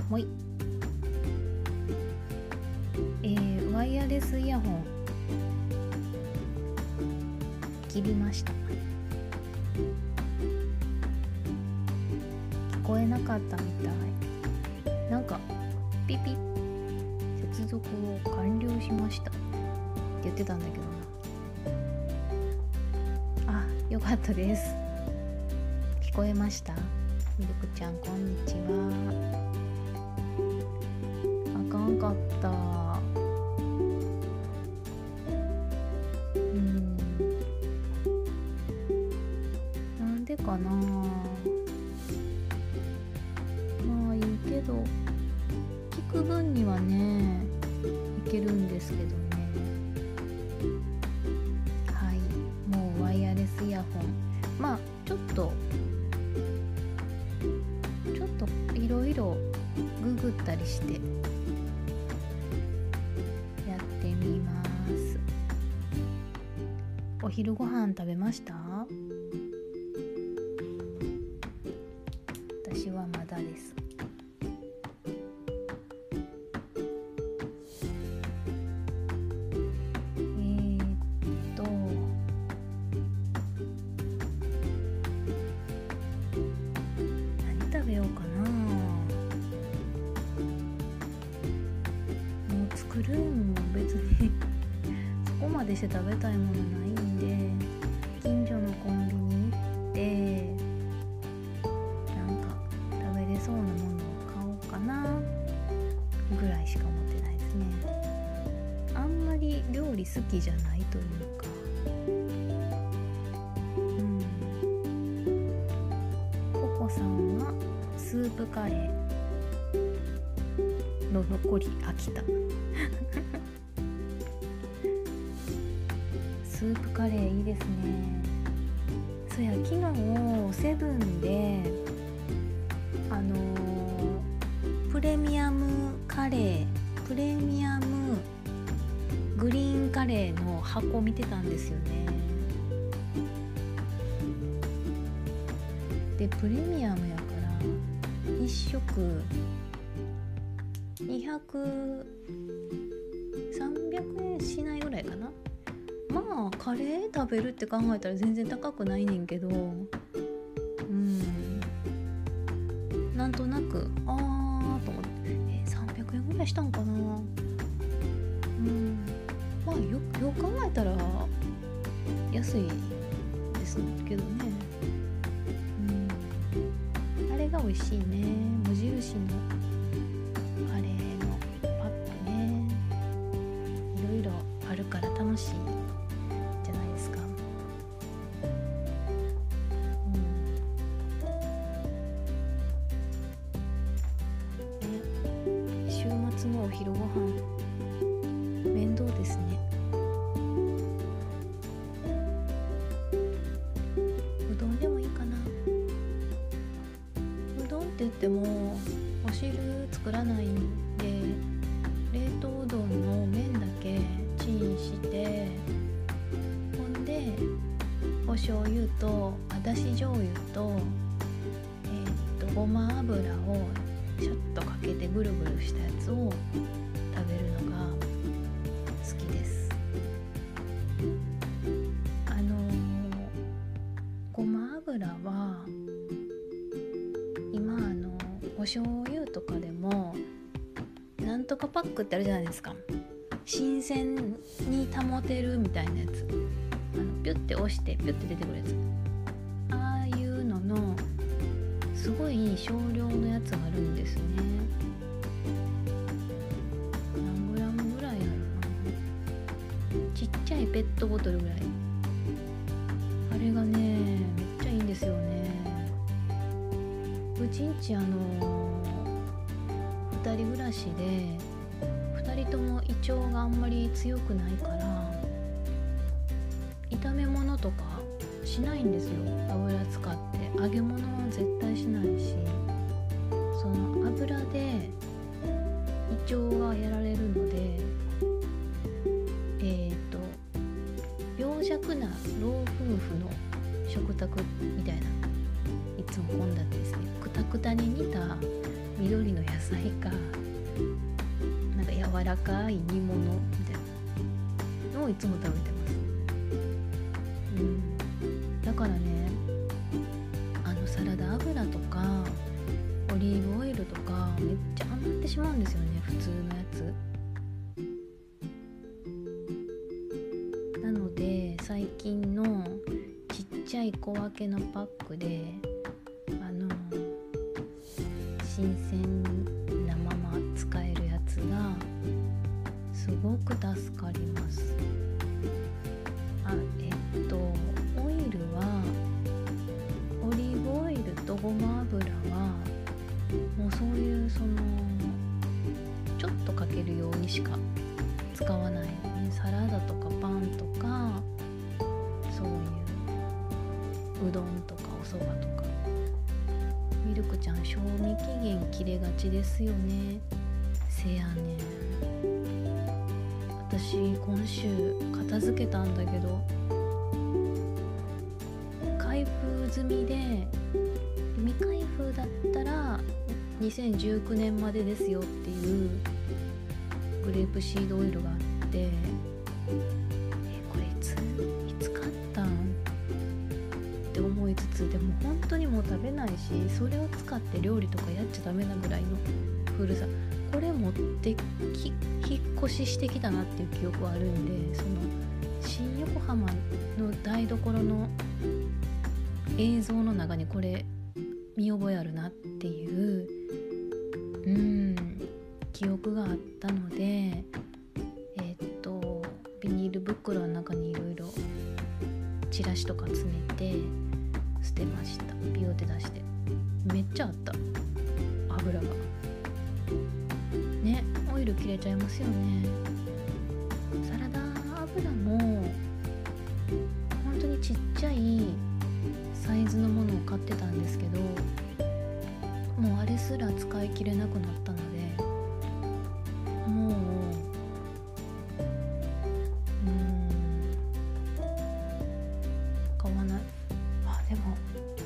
もい、ワイヤレスイヤホン切りました。聞こえなかったみたい。なんかピピ接続を完了しましたって言ってたんだけどな。あ、よかったです。聞こえました？ミルクちゃんこんにちは。あかんかった。なんでかな。まあいいけど聞く分にはねいけるんですけどね。はい、もうワイヤレスイヤホン、まあちょっといろいろググったりしてやってみます。お昼ご飯食べました？私はまだです。何食べようかな。もう作るんも別にそこまでして食べたいものないんで、近所のコンビニ行ってなんか食べれそうなものを買おうかなぐらいしか思ってないですね。あんまり料理好きじゃないというか、ココさんはスープカレーの残り飽きたスープカレーいいですね。そうや、昨日セブンでプレミアムカレー、プレミアムグリーンカレーの箱見てたんですよね。でプレミアムやから1食200、300円しないぐらいかな。まあカレー食べるって考えたら全然高くないねんけど、なんとなくと思って、300円ぐらいしたんかな。まあよく考えたら安いですけどね。あれが美味しいね。無印のカレーのパックね、いろいろあるから楽しいじゃないですか。週末のお昼ご飯面倒ですね。うどんでもいいかな。うどんって言ってもお汁作らないんで、冷凍うどんの麺だけチンして、ほんでお醤油とだし醤油とごま油をシャッとかけてぐるぐるしたやつを食べるのが好きです。ごま油は今お醤油とかでもなんとかパックってあるじゃないですか。新鮮に保てるみたいなやつ、ピュッて押してピュッて出てくるやつ、ああいうののすごい少量のやつがあるんですね。何グラムぐらいあるな。ちっちゃいペットボトルぐらい。あれがねめっちゃいいんですよね。うちんち2人暮らしで2人とも胃腸があんまり強くないから炒め物とかしないんですよ。油使って揚げ物は絶対しないし、その油で胃腸がやられるので、病弱な老夫婦の食卓みたいな、いつも献立ですね。くたくたに煮た味緑の野菜か、なんか柔らかい煮物みたいなのをいつも食べてます。だからね、サラダ油とかオリーブオイルとかめっちゃ余ってしまうんですよね、普通のやつなので。最近のちっちゃい小分けのパックで新鮮なまま使えるやつがすごく助かります。オイルはオリーブオイルとごま油はもうそういうちょっとかけるようにしか使わないのね。サラダとかパンとかそういううどんとかお蕎麦とか。ミルクちゃん賞味期限切れがちですよね。せやねん、私今週片付けたんだけど開封済みで、未開封だったら2019年までですよっていうグレープシードオイルがあって、これいつ買ったんって思いつつ、でも本当にもう食べないし、それを使って料理とかやっちゃダメなぐらいの古さ。これ持って引っ越ししてきたなっていう記憶はあるんで、新横浜の台所の映像の中にこれ見覚えあるなっていう記憶があったので、ビニール袋の中にいろいろチラシとか詰めて捨てました。ビオで出して。めっちゃあった、油がね。オイル切れちゃいますよね。サラダ油も本当にちっちゃいサイズのものを買ってたんですけど、もうあれすら使い切れなくなったので、もう買わない。でも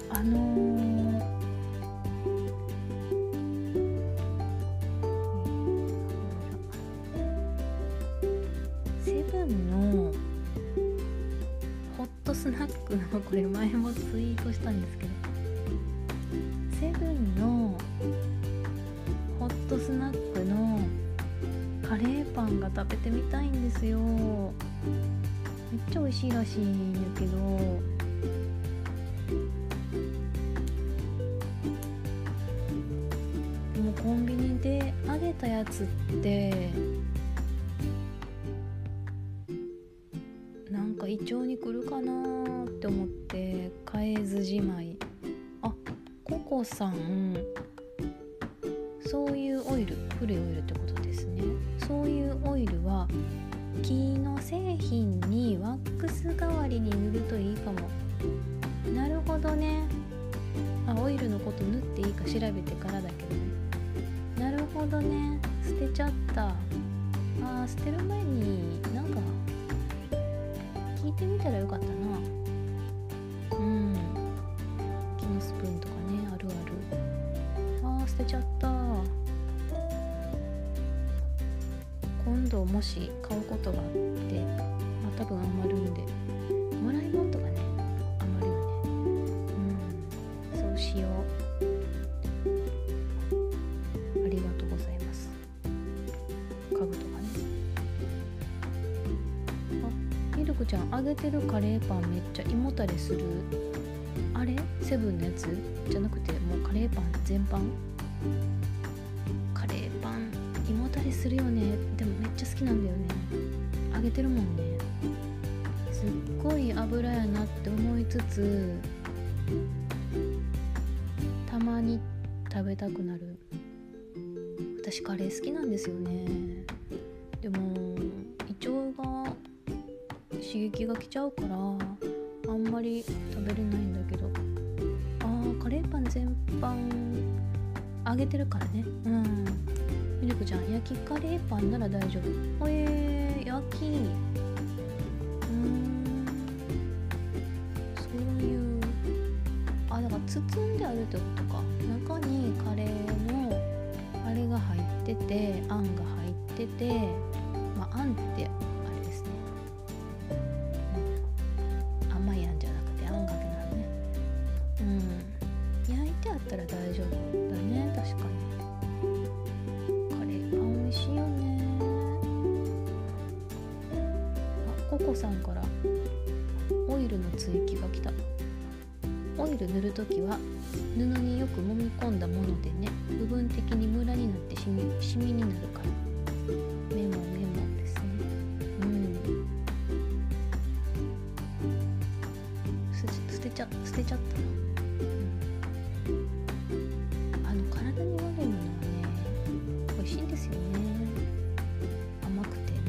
セブンのホットスナックの、これ前もツイートしたんですけど、セブンのホットスナックのカレーパンが食べてみたいんですよ。めっちゃ美味しいらしいんだけど、でもコンビニで揚げたやつってなんか胃腸にくるかなって思って買えずじまい。ココさん、そういうオイル、古いオイルってことですね。そういうオイルは木の製品にワックス代わりに塗るといいかも。なるほどね。オイルのこと塗っていいか調べてからだけどね。なるほどね。捨てちゃった。捨てる前になんか聞いてみたらよかったな。木のスプーンとかね、あるある。捨てちゃった。今度もし買うことがあって、多分余るんで、もらい物とかね、余るよね。そうしよう。ありがとうございます。家具とかね。ミルクちゃん、揚げてるカレーパンめっちゃ胃もたれする。あれセブンのやつじゃなくて、もうカレーパン全般。カレーパン胃もたれするよね。でもめっちゃ好きなんだよね。揚げてるもんね。すっごい油やなって思いつつ、たまに食べたくなる。私カレー好きなんですよね。でも胃腸が刺激が来ちゃうからあんまり食べれないんだけど、カレーパン全般揚げてるからね。ミルクちゃん、焼きカレーパンなら大丈夫。焼き。そういう、だから包んであるってことか。中にカレーのてあんが入ってて、あんってあれですね、甘いあんじゃなくてあんかけなのね。焼いてあったら大丈夫だね。確かにカレーパン美味しいよね。ココさんからオイルの追記が来た。オイル塗るときは布によく揉み込んだものでね、部分的にムラになってシミになるから。メモですね。捨てちゃったな。体に悪いものはね美味しいんですよね。甘くてね。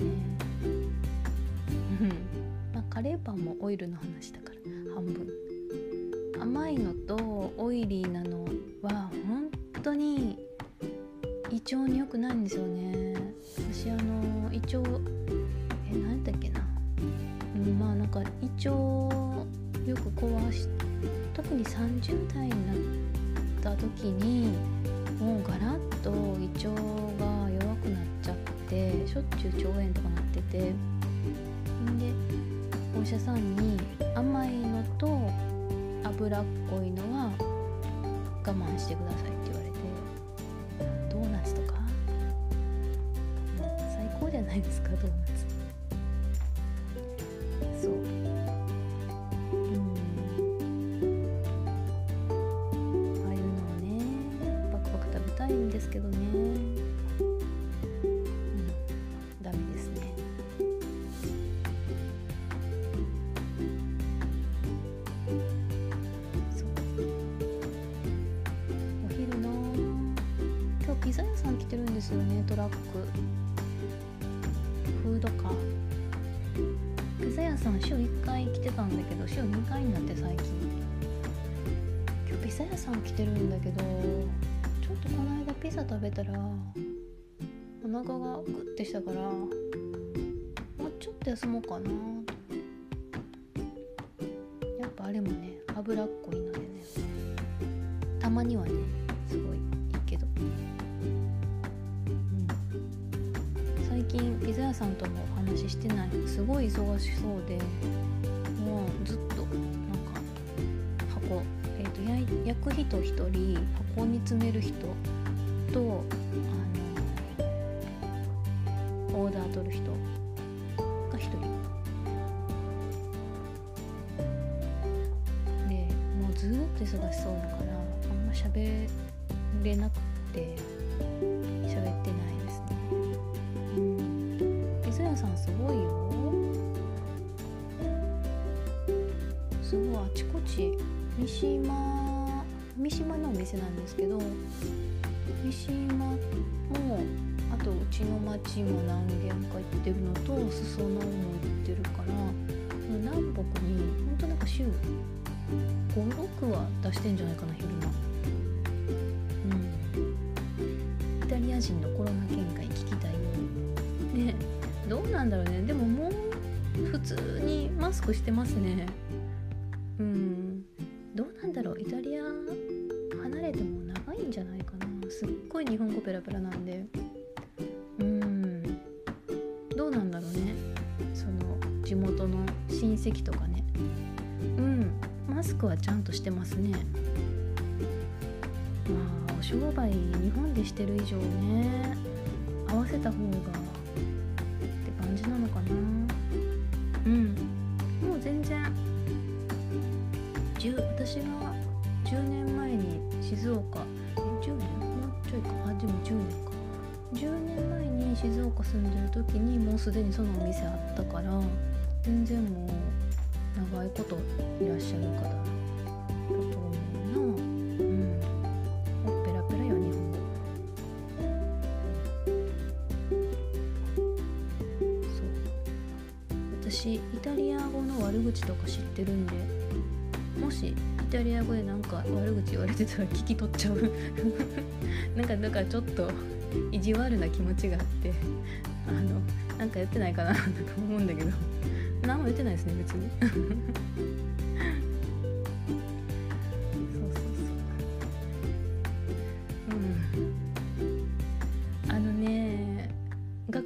カレーパンもオイルの話だから半分。甘いのとオイリーなのは本当に胃腸に良くないんですよね。私胃腸何だっけな、なんか胃腸よく壊し、特に30代になった時にもうガラッと胃腸が弱くなっちゃって、しょっちゅう腸炎とかなってて、でお医者さんに甘いのと脂っこいのは我慢してくださいって言われて、ドーナツとか最高じゃないですか、ドーナツ。そう、ああいうのをねバクバク食べたいんですけどね、ダメですね。ピザ屋さん来てるんですよね。トラックフードカー。ピザ屋さん週1回来てたんだけど週2回になって最近。今日ピザ屋さん来てるんだけど、ちょっとこの間ピザ食べたらお腹がグッてしたから、もうちょっと休もうかな。やっぱあれもね脂っこいのでね、たまにはねすごいいいけど。最近ピザ屋さんともお話ししてない。すごい忙しそうで、もうずっとなんか箱、焼く人1人、箱に詰める人とオーダー取る人が1人で、もうずっと忙しそうだからあんま喋れなくて喋ってないですね。ピザ屋さんすごいよ。すごいあちこち、三島のお店なんですけど、三島もあとうちの町も何軒か行ってるのと裾野も行ってるから、南北にほんとなんか週5、6は出してんじゃないかな、昼間。イタリア人のコロナ見解聞きたいよね。どうなんだろうね。でももう普通にマスクしてますね。どうなんだろう。イタリア離れても長いんじゃないかな。すっごい日本語ペラペラなんで。どうなんだろうね。その地元の親戚とかね。マスクはちゃんとしてますね。お商売日本でしてる以上ね、合わせた方がって感じなのかな。もう全然私が10年前に静岡10年もうちょいか、でも10年か、10年前に静岡住んでる時にもうすでにそのお店あったから、全然もう長いこといらっしゃる方だと思うな。ペラペラよ日本語。そう、私イタリア語の悪口とか知ってるんで、もしイタリア語でなんか悪口言われてたら聞き取っちゃうだからちょっと意地悪な気持ちがあって、なんか言ってないかなとか思うんだけど、何も言ってないですね別にそう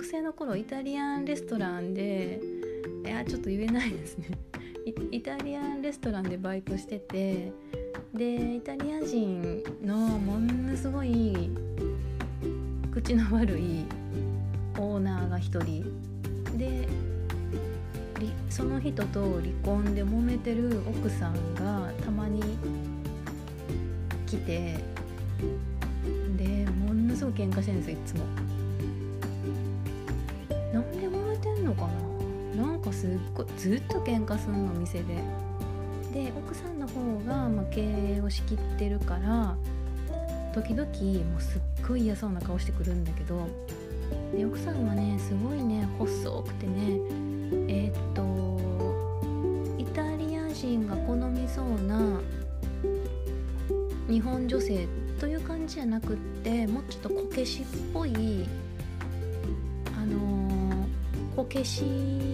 学生の頃イタリアンレストランでちょっと言えないですねイタリアンレストランでバイトしてて、でイタリア人のものすごい口の悪いオーナーが一人で、その人と離婚で揉めてる奥さんがたまに来て、でものすごい喧嘩してるんですよ、いつも。なんで揉めてんのかな、なんかすっごいずっと喧嘩すんの、店で。で奥さんの方が、経営を仕切ってるから時々もうすっごい嫌そうな顔してくるんだけど、で奥さんはねすごいね細くてね、イタリア人が好みそうな日本女性という感じじゃなくって、もうちょっとこけしっぽいこけし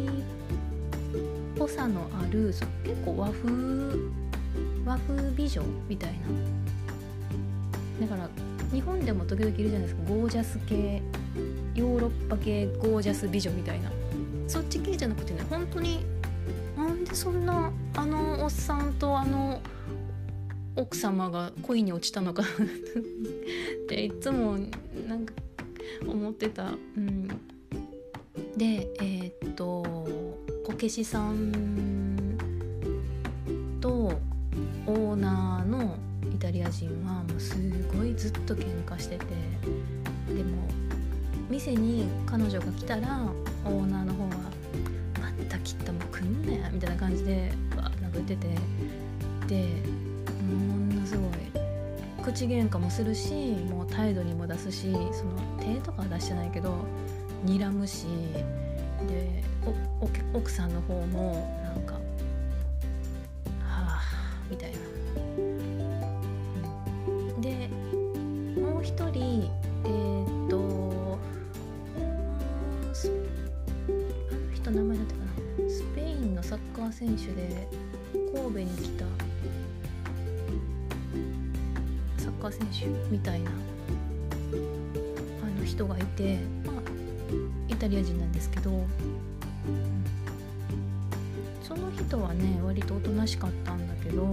っぽさのある結構和風美女みたいな。だから日本でも時々いるじゃないですか、ゴージャス系、ヨーロッパ系ゴージャス美女みたいな、そっち系じゃなくてね、本当になんでそんなおっさんと奥様が恋に落ちたのかっていつもなんか思ってた。でこけしさんとオーナーのイタリア人はもうすごいずっと喧嘩してて、でも店に彼女が来たらオーナーの方はまた来た、もう来んなやみたいな感じで殴ってて、でものすごい口喧嘩もするし、もう態度にも出すし、その手とかは出してないけど睨むし、で奥さんの方もなんかはぁみたいな。でもう一人人名前だったかな、スペインのサッカー選手で神戸に来たサッカー選手みたいな人がいて、イタリア人なんですけど、その人はね割とおとなしかったんだけど、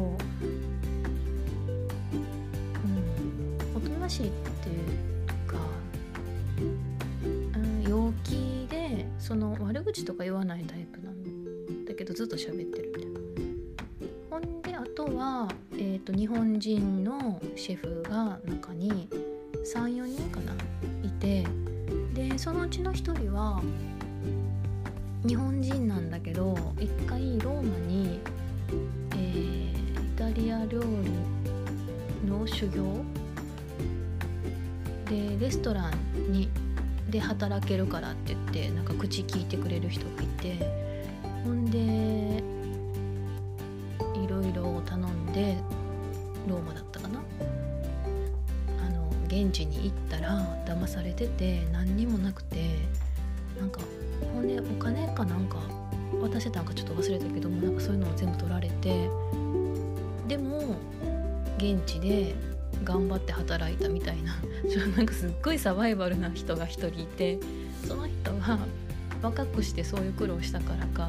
おとなしいっていうか、陽気でその悪口とか言わないタイプなんだけどずっと喋ってるみたいな。ほんであとは、日本人のシェフが中に 3,4 人かないて、でそのうちの一人は日本人なんだけど、一回ローマに、イタリア料理の修行でレストランで働けるからって言ってなんか口聞いてくれる人がいて、ほんでいろいろ頼んで、ローマだったかな、現地に行ったら騙されてて何にもなくて、なんかほんでお金かなんか渡してたんかちょっと忘れたけども、なんかそういうのを全部取られて、でも現地で頑張って働いたみたいななんかすっごいサバイバルな人が一人いて、その人は若くしてそういう苦労したからか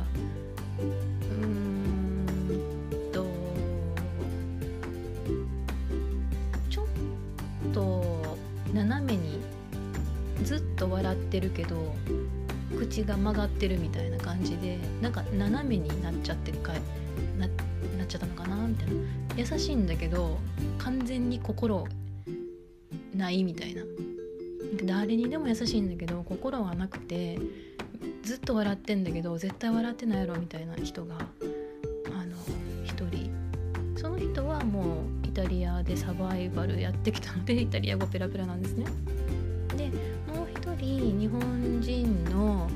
ちょっと斜めにずっと笑ってるけど口が曲がってるみたいな感じで、なんか斜めになっちゃってなっちゃったのかなみたいな。優しいんだけど完全に心ないみたいな。誰にでも優しいんだけど心はなくて、ずっと笑ってんだけど絶対笑ってないやろみたいな人が一人。その人はもうイタリアでサバイバルやってきたのでイタリア語ペラペラなんですね。でもう一人日本人の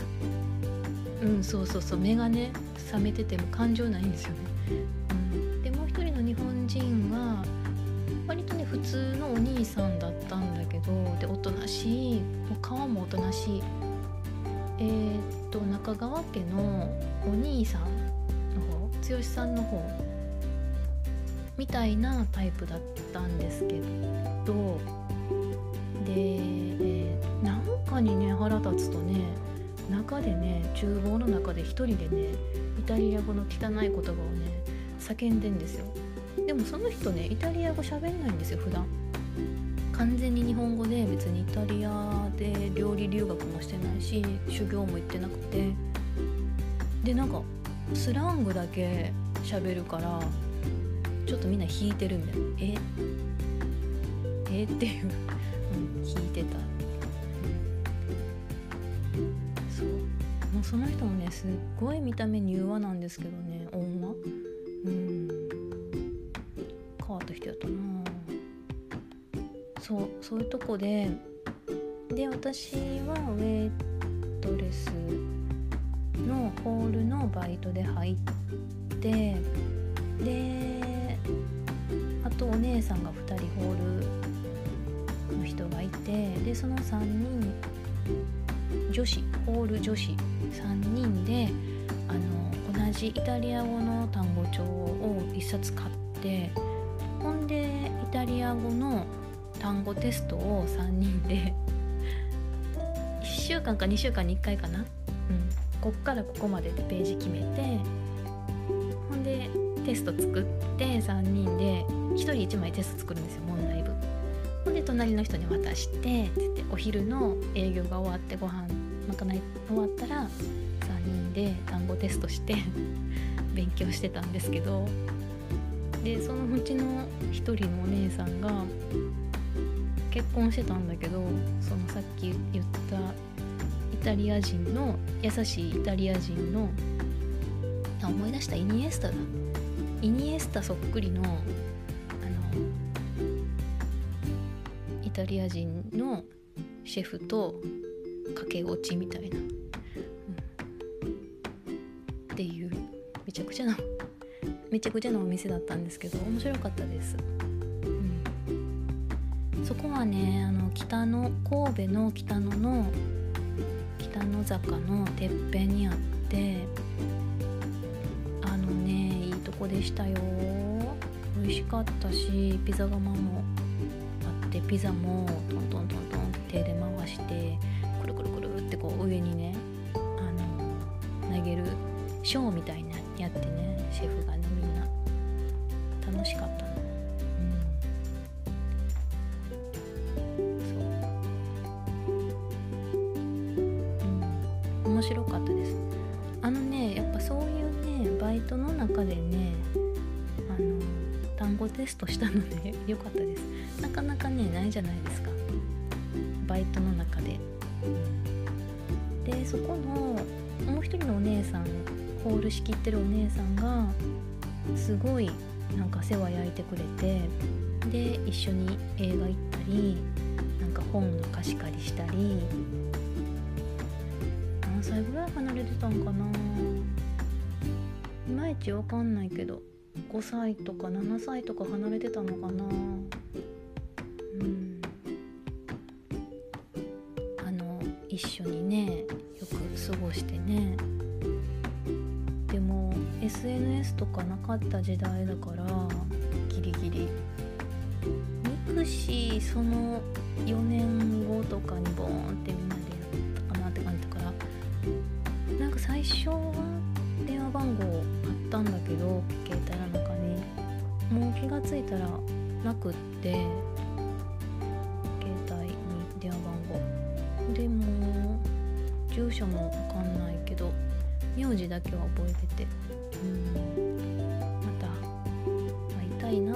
そう目がね覚めてても感情ないんですよね。でもう一人の日本人は割とね普通のお兄さんだったんだけど、でおとなしい、もう顔もおとなしい、中川家のお兄さんの方、剛さんの方みたいなタイプだったんですけど、で、なんかにね腹立つとね、中でね、厨房の中で一人でねイタリア語の汚い言葉をね叫んでんですよ。でもその人ねイタリア語喋んないんですよ普段。完全に日本語で、別にイタリアで料理留学もしてないし修行も行ってなくて、でなんかスラングだけ喋るからちょっとみんな引いてるんだよ。っていう、引いてた。そう、もうその人もねすっごい見た目柔和なんですけどね、女、変わった人やったな。そういうとこで私はウェイトレスのホールのバイトで入って、であとお姉さんが2人ホールの人がいて、でその3人ホール女子3人で同じイタリア語の単語帳を1冊買って、ほんでイタリア語の単語テストを3人で1週間か2週間に1回かな、こっからここまでってページ決めて、ほんでテスト作って3人で1人1枚テスト作るんですよ、問題文。ほんで隣の人に渡してって言って、お昼の営業が終わってご飯まかない終わったら3人で単語テストして勉強してたんですけど、でそのうちの1人のお姉さんが結婚してたんだけど、そのさっき言ったイタリア人の優しいイタリア人の思い出した、イニエスタそっくりのイタリア人のシェフと駆け落ちみたいな、っていうめちゃくちゃなお店だったんですけど、面白かったです。そこはね、神戸の北野坂のてっぺんにあって、いいとこでしたよ。美味しかったし、ピザ窯もあって、ピザもトントントントンって手で回してくるくるくるってこう上にね投げるショーみたいなやってね、シェフがね、みんな楽しかったな。面白かったです。やっぱそういうねバイトの中でね単語テストしたので良かったです。なかなかねないじゃないですか、バイトの中で。でそこのもう一人のお姉さん、ホール仕切ってるお姉さんがすごいなんか世話焼いてくれて、で一緒に映画行ったり、なんか本の貸し借りしたり。何歳ぐらい離れてたんかな、いまいちわかんないけど5歳とか7歳とか離れてたのかな。一緒にねよく過ごしてね。でも SNS とかなかった時代だからギリギリミクシーその4年後とかにボーンってみんなでやったかなって感じだから、なんか最初は電話番号あったんだけど携帯の中にもう気がついたらなくって、携帯に電話番号でも住所もわかんないけど名字だけは覚えてて、また会いたいな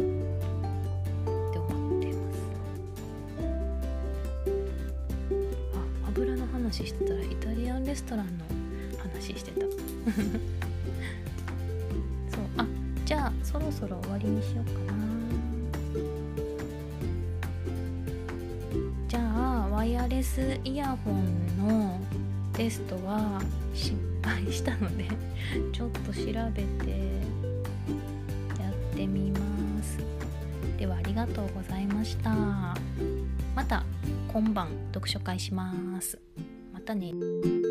って思っています。油の話してたらイタリアンレストランの話してたそう、じゃあそろそろ終わりにしようかな。じゃあワイヤレスイヤホンのテストは失敗したのでちょっと調べてやってみます。ではありがとうございました。また今晩読書会します。またね。